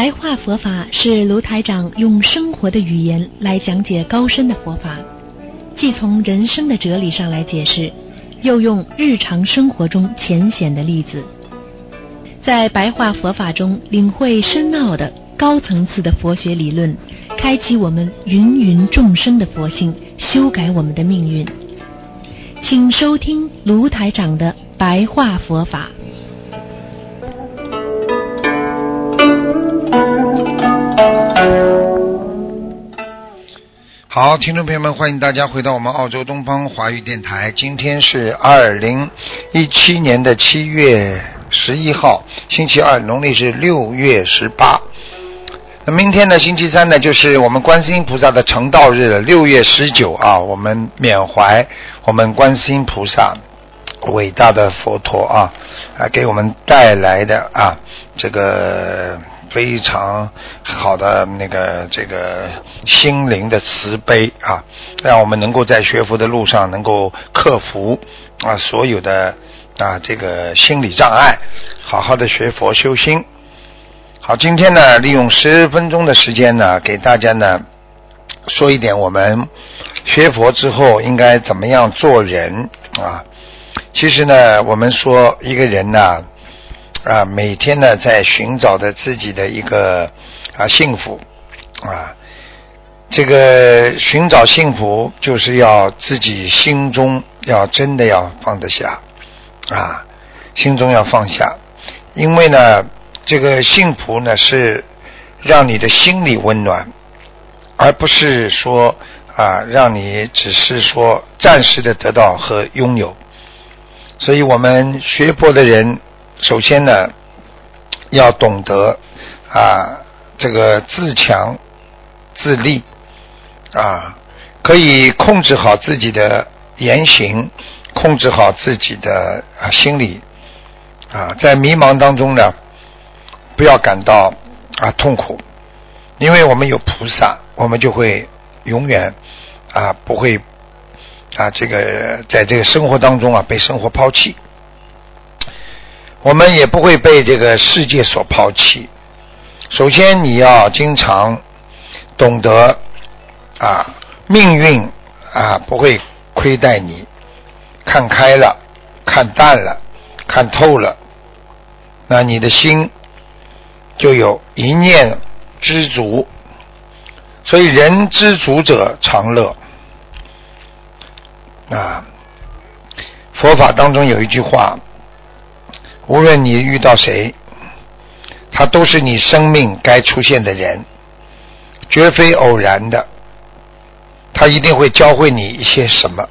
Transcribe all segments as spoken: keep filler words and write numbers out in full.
白话佛法是卢台长用生活的语言来讲解高深的佛法，既从人生的哲理上来解释，又用日常生活中浅显的例子，在白话佛法中领会深奥的高层次的佛学理论，开启我们芸芸众生的佛性，修改我们的命运。请收听卢台长的白话佛法。 好，听众朋友们，欢迎大家回到我们澳洲东方华语电台。今天是二零一七年的七月十一号，星期二，农历是六月十八。那明天呢，星期三呢，就是我们观世音菩萨的成道日了，六月十九啊，我们缅怀我们观世音菩萨伟大的佛陀啊，啊给我们带来的啊这个非常好的那个这个心灵的慈悲啊，让我们能够在学佛的路上能够克服啊所有的啊这个心理障碍，好好的学佛修心。好，今天呢，利用十分钟的时间呢，给大家呢说一点我们学佛之后应该怎么样做人啊。其实呢，我们说一个人呢啊，每天呢在寻找着自己的一个啊幸福啊，这个寻找幸福就是要自己心中要真的要放得下啊，心中要放下，因为呢这个幸福呢是让你的心里温暖，而不是说啊让你只是说暂时的得到和拥有。所以我们学佛的人首先呢要懂得啊这个自强自立啊，可以控制好自己的言行，控制好自己的啊心理啊，在迷茫当中呢不要感到啊痛苦，因为我们有菩萨，我们就会永远啊不会啊这个在这个生活当中啊被生活抛弃，我们也不会被这个世界所抛弃。首先你要经常懂得啊命运啊不会亏待你，看开了，看淡了，看透了，那你的心就有一念知足。所以人知足者常乐啊。佛法当中有一句话，无论你遇到谁，他都是你生命该出现的人，绝非偶然的，他一定会教会你一些什么。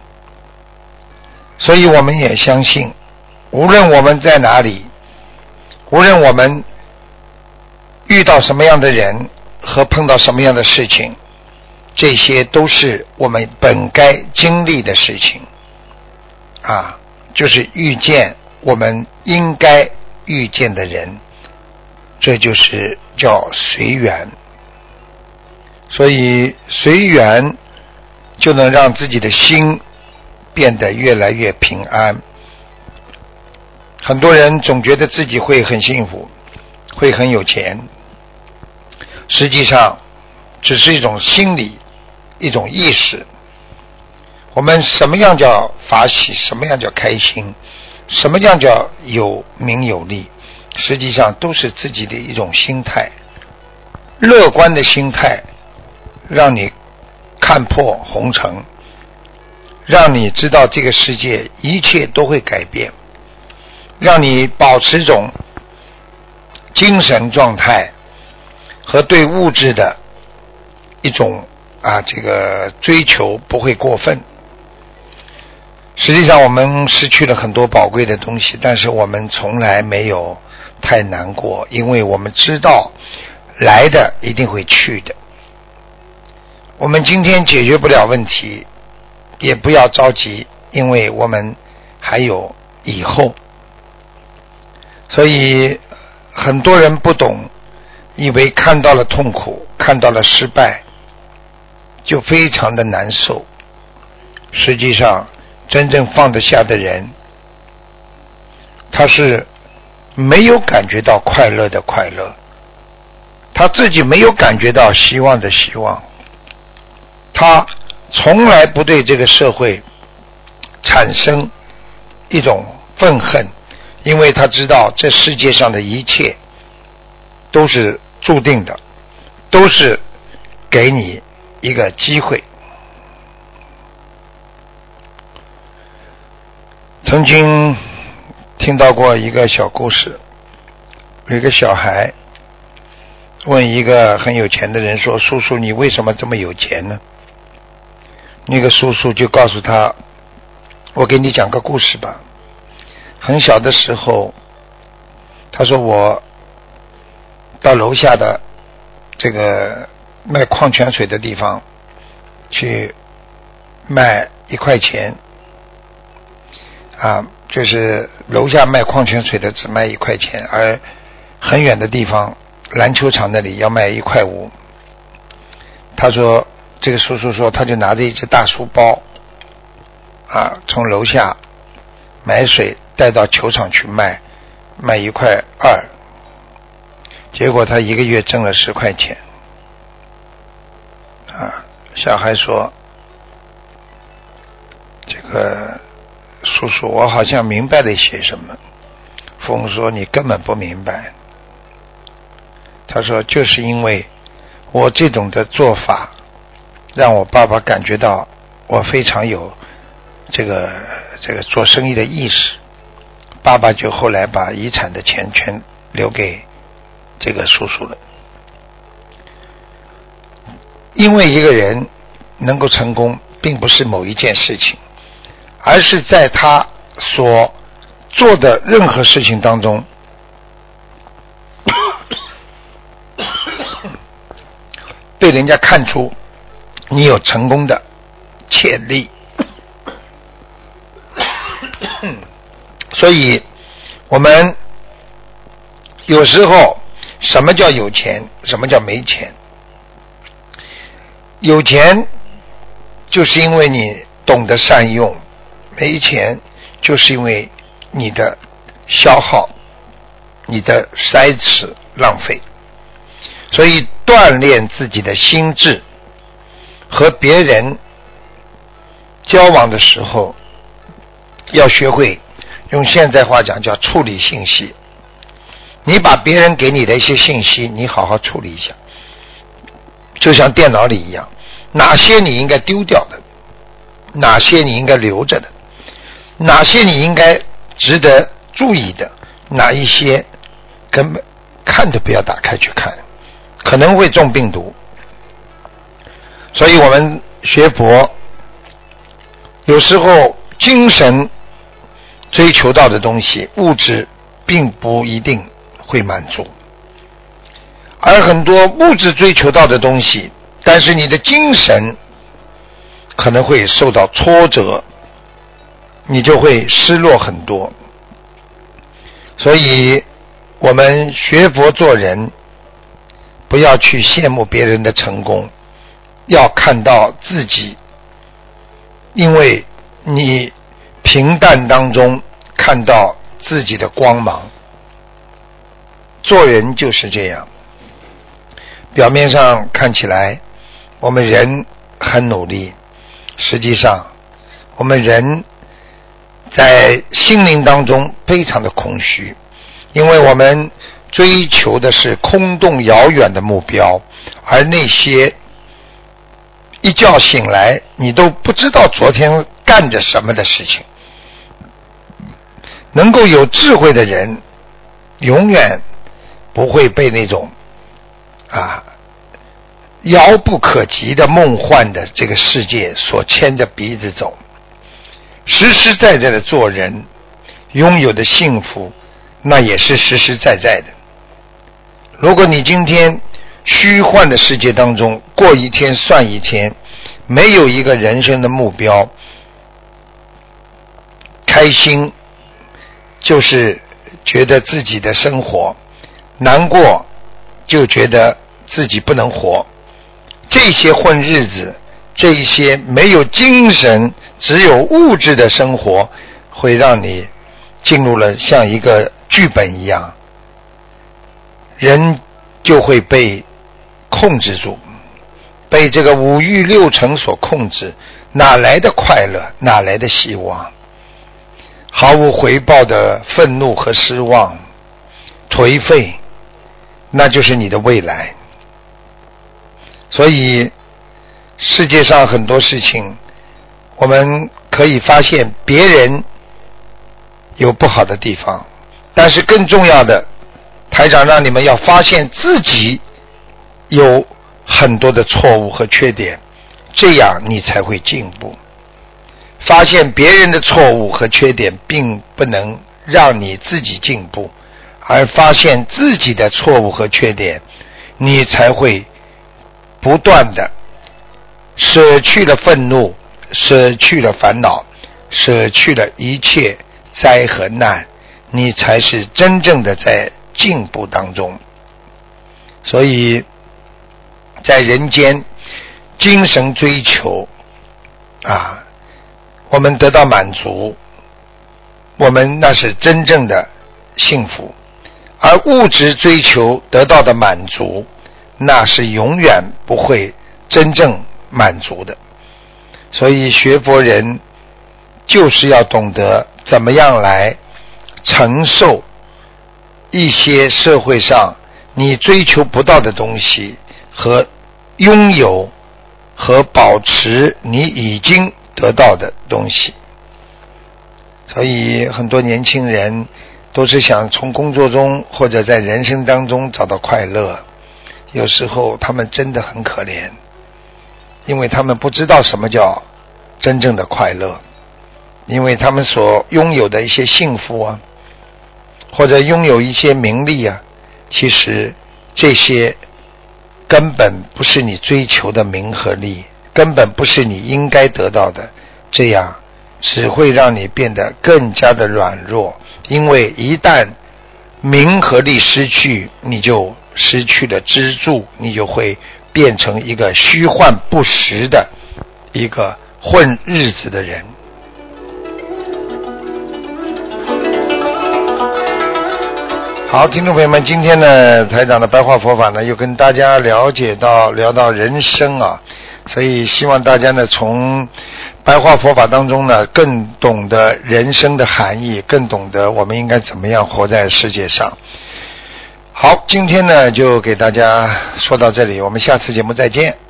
所以我们也相信，无论我们在哪里，无论我们遇到什么样的人和碰到什么样的事情，这些都是我们本该经历的事情啊，就是遇见我们应该遇见的人，这就是叫随缘。所以随缘就能让自己的心变得越来越平安。很多人总觉得自己会很幸福，会很有钱，实际上只是一种心理，一种意识。我们什么样叫法喜，什么样叫开心，什么样叫有名有利，实际上都是自己的一种心态。乐观的心态让你看破红尘，让你知道这个世界一切都会改变，让你保持一种精神状态和对物质的一种啊这个追求不会过分。实际上我们失去了很多宝贵的东西，但是我们从来没有太难过，因为我们知道来的一定会去的。我们今天解决不了问题，也不要着急，因为我们还有以后。所以很多人不懂，以为看到了痛苦，看到了失败，就非常的难受。实际上真正放得下的人，他是没有感觉到快乐的快乐， 他自己没有感觉到希望的希望，他从来不对这个社会产生一种愤恨，因为他知道这世界上的一切都是注定的，都是给你一个机会。曾经听到过一个小故事，有一个小孩问一个很有钱的人说，叔叔你为什么这么有钱呢？那个叔叔就告诉他，我给你讲个故事吧。很小的时候，他说我到楼下的这个卖矿泉水的地方去卖一块钱啊，就是楼下卖矿泉水的只卖一块钱，而很远的地方篮球场那里要卖一块五。他说这个叔叔说他就拿着一只大书包啊，从楼下买水带到球场去卖，卖一块二，结果他一个月挣了十块钱啊。小孩说这个叔叔我好像明白了一些什么。父母说你根本不明白。他说就是因为我这种的做法让我爸爸感觉到我非常有这个这个做生意的意识，爸爸就后来把遗产的钱全留给这个叔叔了。因为一个人能够成功并不是某一件事情，而是在他所做的任何事情当中被人家看出你有成功的潜力。所以我们有时候什么叫有钱，什么叫没钱？有钱就是因为你懂得善用，没钱就是因为你的消耗，你的塞持浪费。所以锻炼自己的心智，和别人交往的时候要学会用现在话讲叫处理信息。你把别人给你的一些信息你好好处理一下，就像电脑里一样，哪些你应该丢掉的，哪些你应该留着的，哪些你应该值得注意的，哪一些根本看都不要打开去看，可能会中病毒。所以我们学佛有时候精神追求到的东西，物质并不一定会满足，而很多物质追求到的东西，但是你的精神可能会受到挫折，你就会失落很多。所以我们学佛做人，不要去羡慕别人的成功，要看到自己，因为你平淡当中看到自己的光芒。做人就是这样，表面上看起来我们人很努力，实际上我们人在心灵当中非常的空虚，因为我们追求的是空洞遥远的目标，而那些一觉醒来你都不知道昨天干着什么的事情。能够有智慧的人永远不会被那种啊遥不可及的梦幻的这个世界所牵着鼻子走，实实在在的做人，拥有的幸福那也是实实在在的。如果你今天虚幻的世界当中过一天算一天，没有一个人生的目标，开心就是觉得自己的生活，难过就觉得自己不能活，这些混日子，这一些没有精神只有物质的生活，会让你进入了像一个剧本一样，人就会被控制住，被这个五欲六尘所控制，哪来的快乐，哪来的希望？毫无回报的愤怒和失望，颓废，那就是你的未来。所以世界上很多事情，我们可以发现别人有不好的地方，但是更重要的，台长让你们要发现自己有很多的错误和缺点，这样你才会进步。发现别人的错误和缺点并不能让你自己进步，而发现自己的错误和缺点，你才会不断的舍去了愤怒，舍去了烦恼，舍去了一切灾和难，你才是真正的在进步当中。所以在人间精神追求啊，我们得到满足，我们那是真正的幸福。而物质追求得到的满足，那是永远不会真正满足的。所以学佛人就是要懂得怎么样来承受一些社会上你追求不到的东西，和拥有和保持你已经得到的东西。所以很多年轻人都是想从工作中或者在人生当中找到快乐，有时候他们真的很可怜，因为他们不知道什么叫真正的快乐，因为他们所拥有的一些幸福啊，或者拥有一些名利啊，其实这些根本不是你追求的名和利，根本不是你应该得到的，这样只会让你变得更加的软弱。因为一旦名和利失去，你就失去了支柱，你就会变成一个虚幻不实的一个混日子的人。好，听众朋友们，今天呢台长的白话佛法呢又跟大家了解到聊到人生啊，所以希望大家呢从白话佛法当中呢更懂得人生的含义，更懂得我们应该怎么样活在世界上。好，今天呢就给大家说到这里，我们下次节目再见。